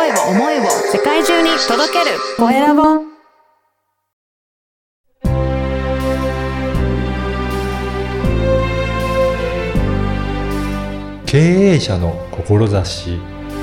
声を世界中に届けるコエラボ。 経営者の志。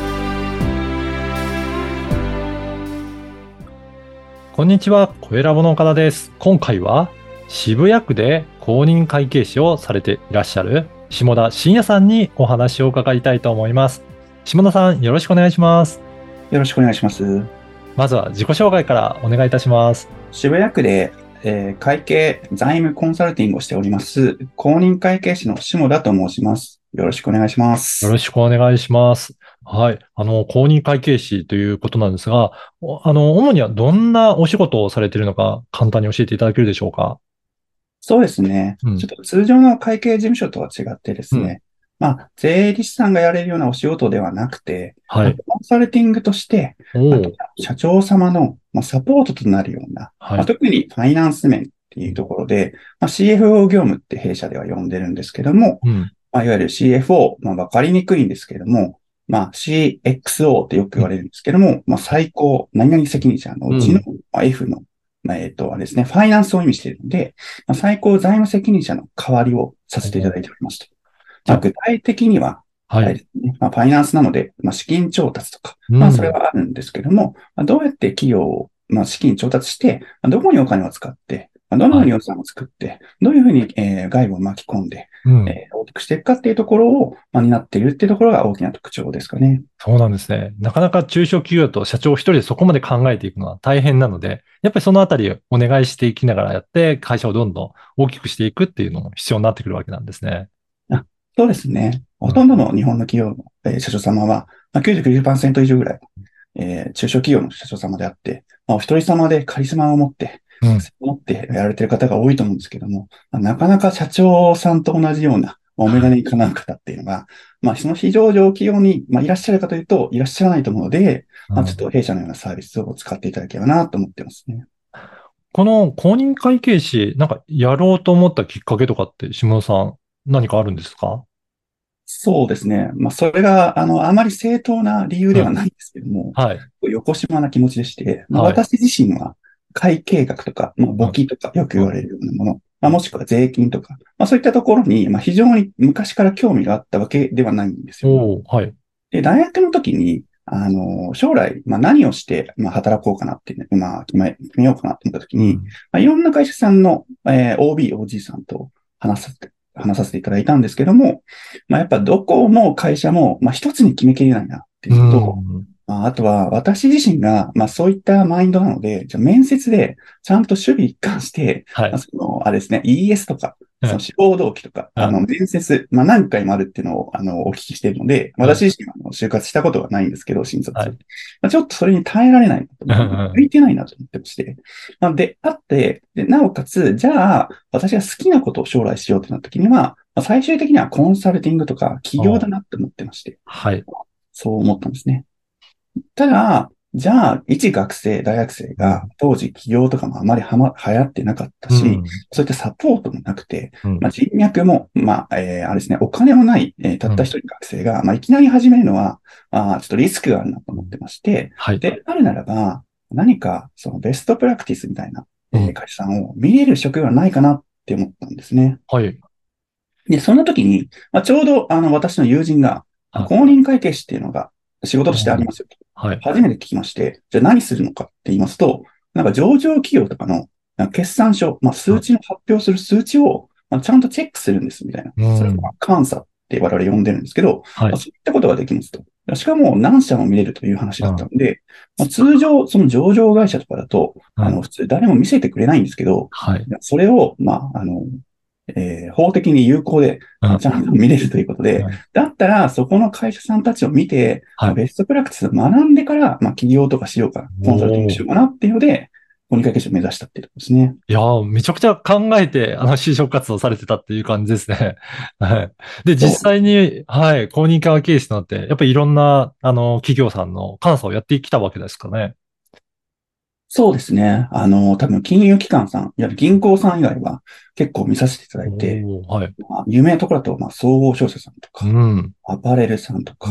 こんにちは、コエラボの岡田です。今回は渋谷区で公認会計士をされていらっしゃる下田晋也さんにお話を伺いたいと思います。下田さん、よろしくお願いします。 よろしくお願いします。 まずは自己紹介からお願いいたします。 渋谷区で、会計財務コンサルティングをしております、公認会計士の下田と申します。よろしくお願いします。 よろしくお願いします。はい。公認会計士ということなんですが、主にはどんなお仕事をされているのか簡単に教えていただけるでしょうか。 そうですね。ちょっと通常の会計事務所とは違ってですね、税理士さんがやれるようなお仕事ではなくて、 はい。 コンサルティングとして、社長様のサポートとなるような、 はい。 特にファイナンス面っていうところで、CFO 業務って弊社では呼んでるんですけども、いわゆる CFO、わかりにくいんですけども、CXO ってよく言われるんですけども、最高何々責任者のうちの、F の、あれですね、ファイナンスを意味しているので、最高財務責任者の代わりをさせていただいておりますと。具体的には、 はい。 ファイナンスなので、資金調達とか、それはあるんですけども、どうやって企業を、資金調達して、どこにお金を使って、どのように予算を作って、どういうふうに、外部を巻き込んで、大きくしていくかっていうところを、担っているっていうところが大きな特徴ですかね。 そうなんですね。なかなか中小企業と社長一人でそこまで考えていくのは大変なので、やっぱりそのあたりをお願いしていきながらやって、会社をどんどん大きくしていくっていうのも必要になってくるわけなんですね。 そうですね。ほとんどの日本の企業の、社長様は、99% 以上ぐらい、中小企業の社長様であって、お一人様でカリスマを持って、やられている方が多いと思うんですけども、なかなか社長さんと同じような、お目金にかなう方っていうのが、その非上場企業に、いらっしゃるかというと、いらっしゃらないと思うので、ちょっと弊社のようなサービスを使っていただければなと思ってますね。 この公認会計士、なんかやろうと思ったきっかけとかって下田さん何かあるんですか？ そうですね。それが、あまり正当な理由ではないんですけども、 はい。 よこしまな気持ちでして、 はい。 私自身は会計学とか、簿記とかよく言われるようなもの、もしくは税金とか、そういったところに、非常に昔から興味があったわけではないんですよね。 はい。 で、大学の時に、将来、何をして、働こうかなっていう、決めようかなって思った時に、いろんな会社さんの、OB、OG さんと話させていただいたんですけども、やっぱどこも会社も、一つに決めきれないなっていうのと、あとは私自身が、そういったマインドなので、じゃあ面接でちゃんと守備一貫して、 はい。 あれですね、ES とか、その志望動機とか、面接、何回もあるっていうのを、お聞きしているので、私自身は就活したことはないんですけど、新卒。ちょっとそれに耐えられないなと思って、向いてないなと思ってまして。で、あって、で、なおかつ、じゃあ、私が好きなことを将来しようってなった時には、最終的にはコンサルティングとか企業だなって思ってまして。 はい。 そう思ったんですね。ただ、じゃあ、一学生、大学生が、当時企業とかもあまり流行ってなかったし、そういったサポートもなくて、人脈も、あれですね、お金もない、たった一人の学生が、いきなり始めるのは、ちょっとリスクがあるなと思ってまして、で、あるならば、何か、そのベストプラクティスみたいな、会社さんを見れる職業はないかなって思ったんですね。 はい。 で、その時に、ちょうど、私の友人が、公認会計士っていうのが仕事としてありますよと。初めて聞きまして、じゃあ何するのかって言いますと、上場企業とかの決算書、数値の発表する数値をちゃんとチェックするんですみたいな。それを監査って我々呼んでるんですけど、そういったことができますと。しかも何社も見れるという話だったので、通常、その上場会社とかだと、普通誰も見せてくれないんですけど、それを、法的に有効で、ちゃんと見れるということで、だったら、そこの会社さんたちを見て、ベストプラクティスを学んでから、起業とかしようか、コンサルティングしようかなっていうので、公認会計士を目指したっていうところですね。 いやー、めちゃくちゃ考えて、就職活動されてたっていう感じですね。はい。で、実際に、公認会計士となって、やっぱりいろんな、企業さんの監査をやってきたわけですかね。 そうですね。多分金融機関さん、いわゆる銀行さん以外は結構見させていただいて、有名なところだと、総合商社さんとか、アパレルさんとか、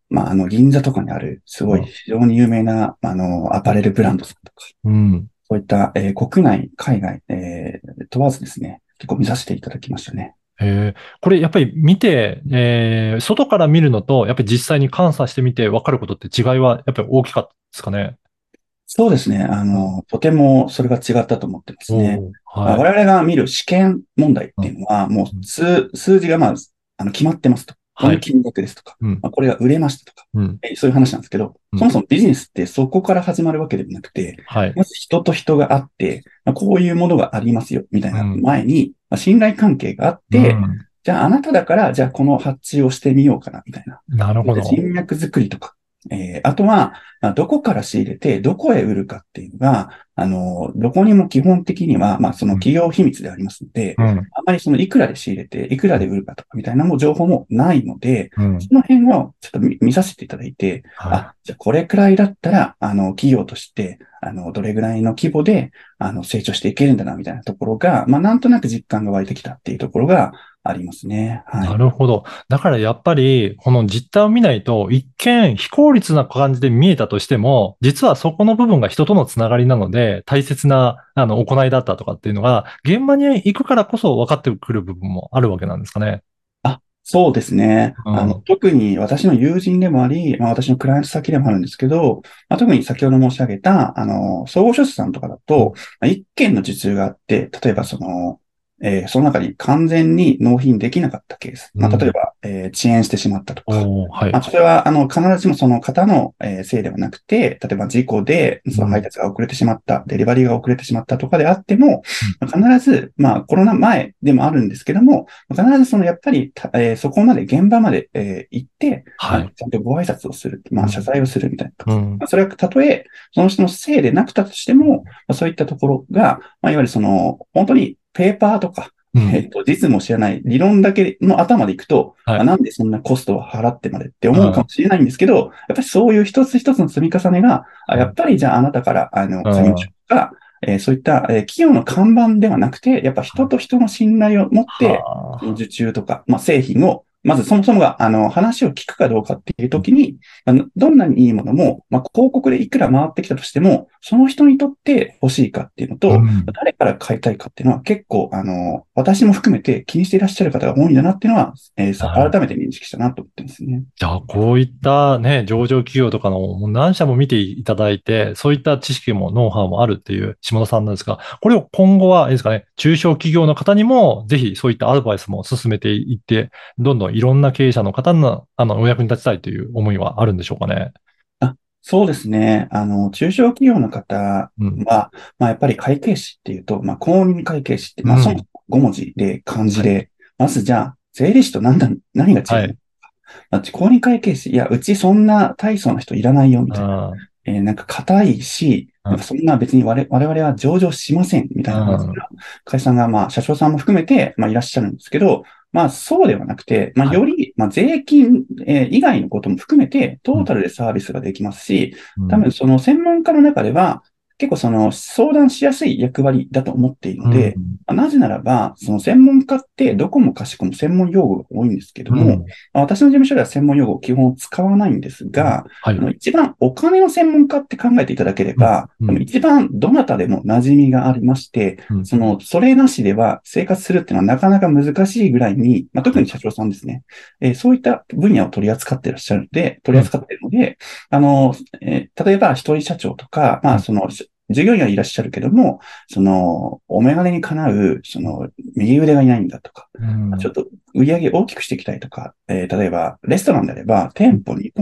銀座とかにある、すごい非常に有名な、アパレルブランドさんとか、 うん。 そういった、国内、海外、問わずですね、結構見させていただきましたね。 これやっぱり見て、外から見るのと、やっぱり実際に観察してみて分かることって違いはやっぱり大きかったですかね。 そうですね。とてもそれが違ったと思ってますね。 はい。 我々が見る試験問題っうん。 ていうのは、もううん。 数字が決まってますと。こはい。 の金額ですとか、 うん。 これが売れましたとか、 うん。 そういう話なんですけど、 うん。 そもそもビジネスってそこから始まるわけでもなくて、 はい。 まず人と人があって、こういうものがありますよ、みたいなうん。 前に、信頼関係があっうて、 ん。 じゃああなただから、じゃあこの発注をしてみようかな、みたいな。 なるほど。 人脈作りとか、あとは、どこから仕入れて、どこへ売るかっていうのが、どこにも基本的には、そのうん。 企業秘密でありますので、 うん。 あまりそのいくらで仕入れて、いくらで売るかとかみたいな情報もないので、 うん。 その辺をちょっと見させていただいて、 はい。 じゃあこれくらいだったら、企業として、どれぐらいの規模で、成長していけるんだな、みたいなところが、なんとなく実感が湧いてきたっていうところがありますね。はない。 るほど。だからやっぱり、この実態を見ないと、一見非効率な感じで見えたとしても、実はそこの部分が人とのつながりなので、大切な、行いだったとかっていうのが、現場に行くからこそ分かってくる部分もあるわけなんですかね。 そうですね。 うん。 特に私の友人でもあり、私のクライアント先でもあるんですけど、特に先ほど申し上げた、総合書士さんとかだと、 うん。 一件の受注があって、例えばその中に完全に納品できなかったケース。例えうん。 ば、遅延してしまったとか。 はい。 それは、必ずしもその方の、せいではなくて、例えば事故で、その配うん。 達が遅れてしまった、デリバリーが遅れてしまったとかであっても、 うん。 必ず、コロナ前でもあるんですけども、必ずやっぱり、そこまで、現場まで、行って、 はい。 ちゃんとご挨拶をする、謝うん。 罪をするみたいなとか。 うん。 それはたとえ、その人のせいでなくたとしても、そういったところが、いわゆる本当にペーパーとか、 うん。 実務を知らない理論だけの頭でいくと、 はい。 なんでそんなコストを払ってまでって思うかもうん。 しれないんですけど、やっぱりそういう一つ一つの積み重ねが、やっぱりじゃああなたから、借りましょうん。 うか、そういった、企業の看板ではなくて、やっぱ人と人の信頼を持って、そのは受注とか、製品を、まずそもそもが、話を聞くかどうかっていうときに、どんなにいいものも、広告でいくら回ってきたとしても、その人にとって欲しいかっていうのあ。うと、 ん。 誰から買いたいかっていうのは結構、私も含めて気にしていらっしゃる方が多いんだなっていうのは、改めて認識したなと思ってますね。 じゃあ、こういったね、上場企業とかのもう何社も見ていただいて、そういった知識もノウハウもあるっていう下田さんなんですが、これを今後は、あれですかね、中小企業の方にも、ぜひそういったアドバイスも進めていって、どんどんいろんな経営者の方の、お役に立ちたいという思いはあるんでしょうかね。 そうですね。中小企業の方うん。 は、やっぱり会計士っていうと、公認会計士って、そもそうん。 も5文字で漢字はい。 で、まずじゃあ、税理士と何が違うの？ はい。 公認会計士、いや、うちそんな大層な人いらないよ、みたいな。 あなんか硬いし、なんかあ、 そんな別に我々は上場しません、みたいな話が、会社さんが、社長さんも含めて、いらっしゃるんですけど、そうではなくて、 はい。 より、税金、以外のことも含めて、トうん。 ータルでサービスができますし、 うん。 多分その専門家の中では、結構その相談しやすい役割だと思っているのうで、 ん。 なぜならば、その専門家ってどこもかしこも専門用語が多いんですけども、 うん。 私の事務所では専門用語を基本使わないんですうん。 が、 はい。 一番お金の専門家って考えていただけれうん。 ば、 うん。 一番どなたでも馴染みがありまして、 うん。 それなしでは生活するっていうのはなかなか難しいぐらいに、特はい。 に社長さんですね。そういった分野を取り扱っていらっしゃるので、取うん。 り扱っているので、あの、例えば一人社長とか、 うん。 従業員はいらっしゃるけども、お眼鏡にかなう、右腕がいないんだとか、 うん。 ちょっと売り上げ大きくしていきたいとか、例えば、レストランであれば、 うん。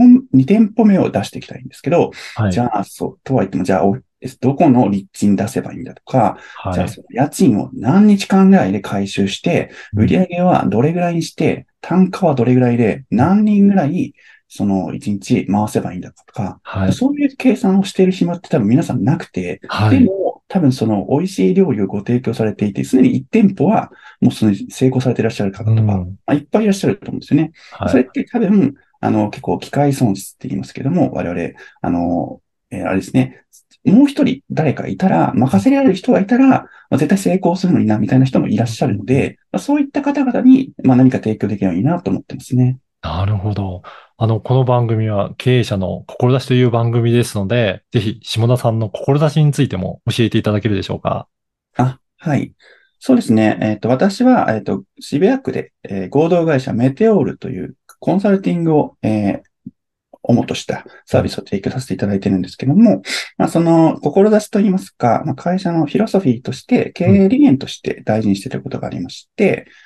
2店舗目を出していきたいんですけど、 はい。 じゃあ、とは言っても、じゃあ、どこの立地に出せばいいんだとか、じゃあ、 はい。 その家賃を何日間ぐらいで回収して、 うん。 売り上げはどれぐらいにして、単価はどれぐらいで、何人ぐらい、1日回せばいいんだとか、 はい。 そういう計算をしている暇って多分皆さんなくて、 はい。 でも、多分その美味しい料理をご提供されていて、すでに1店舗はもうその成功されていらっしゃる方とか、 うん。 いっぱいいらっしゃると思うんですよね。 はい。 それって多分、結構機械損失って言いますけども、我々、あれですね、もう一人誰かいたら、任せられる人がいたら、絶対成功するのにな、みたいな人もいらっしゃるので、そういった方々に、何か提供できればいいなと思ってますね。 なるほど。 この番組は経営者の志という番組ですので、ぜひ下田さんの志についても教えていただけるでしょうか？ はい。そうですね。私は、渋谷区で、合同会社メテオールというコンサルティングを、主としたサービスを提供させていただいているんですけども、その志といいますか、会社のフィロソフィーとして、経営理念として大事にしていることがありまして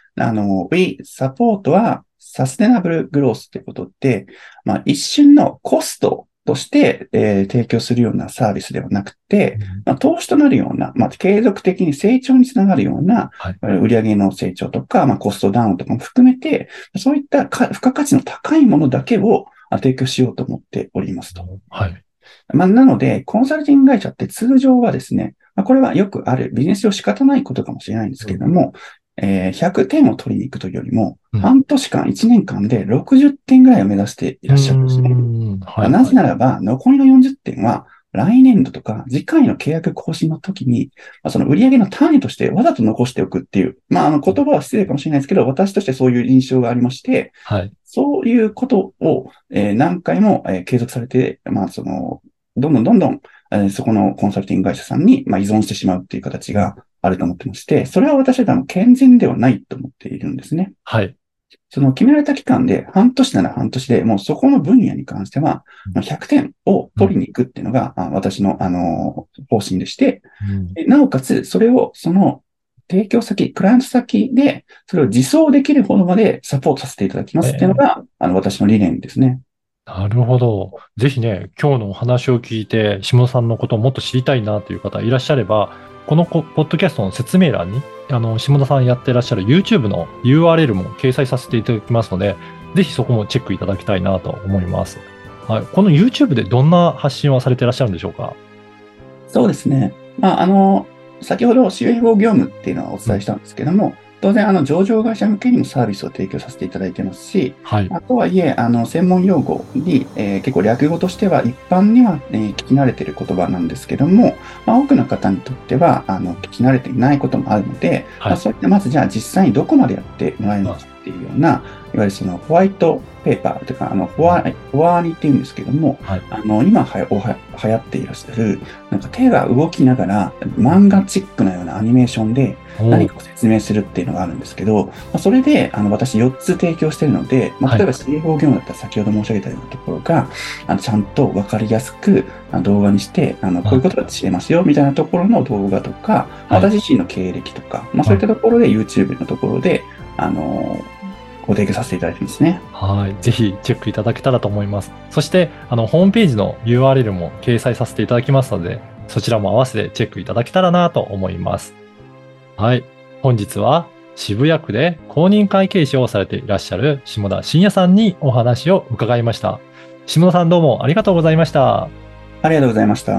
、We support はサステナブルグロースということで、一瞬のコストとして、提供するようなサービスではなくて、投資となるような、継続的に成長につながるような、売上の成長とか、コストダウンとかも含めて、そういった付加価値の高いものだけを提供しようと思っておりますと。 はい。 なので、コンサルティング会社って通常はですね、これはよくあるビジネス上仕方ないことかもしれないんですけれども、100点を取りに行くというよりも、半年間、1年間で60点ぐらいを目指していらっしゃるんですね。なぜならば、残りの40点は、来年度とか次回の契約更新の時に、その売上の単位としてわざと残しておくっていう、言葉は失礼かもしれないですけど、私としてそういう印象がありまして、そういうことを、何回も、継続されて、どんどん、そこのコンサルティング会社さんに、依存してしまうっていう形があると思ってまして、それは私は多分健全ではないと思っているんですね。 はい。 その決められた期間で、半年なら半年で、もうそこの分野に関しては、100点を取りに行くっていうのが、私の、方針でして、なおかつ、それを、その、提供先、クライアント先で、それを自走できるほどまでサポートさせていただきますっていうのが、私の理念ですね。 なるほど。ぜひね、今日のお話を聞いて、下田さんのことをもっと知りたいなという方いらっしゃれば、このポッドキャストの説明欄に、下田さんやってらっしゃる YouTube の URL も掲載させていただきますので、ぜひそこもチェックいただきたいなと思います。はい。この YouTube でどんな発信をされていらっしゃるんでしょうか？ そうですね。先ほど CFO 業務っていうのはお伝えしたんですけども、当然、上場会社向けにもサービスを提供させていただいてますし、とはいえ、専門用語に、結構略語としては一般には、聞き慣れている言葉なんですけども、多くの方にとっては、聞き慣れていないこともあるので、そういったまずじゃあ実際にどこまでやってもらえるのかっていうような、いわゆるそのホワイトペーパーというか、フォワーニっていうんですけども、今流行っていらっしゃる、なんか手が動きながら漫画チックなようなアニメーションで何かを説明するっていうのがあるんですけど、それで私4つ提供しているので、例えば CFO 業務だったら先ほど申し上げたようなところが、ちゃんと分かりやすく動画にして、こういうことが知れますよみたいなところの動画とか、私自身の経歴とか、そういったところで YouTube のところで、ご提供させていただいてますね。 はい。ぜひチェックいただけたらと思います。そして、ホームページの URL も掲載させていただきますので、そちらも合わせてチェックいただけたらなと思います。はい。本日は渋谷区で公認会計士をされていらっしゃる下田晋也さんにお話を伺いました。下田さんどうもありがとうございました。 ありがとうございました。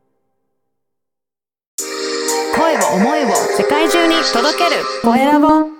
声を思いを世界中に届けるコエラボ。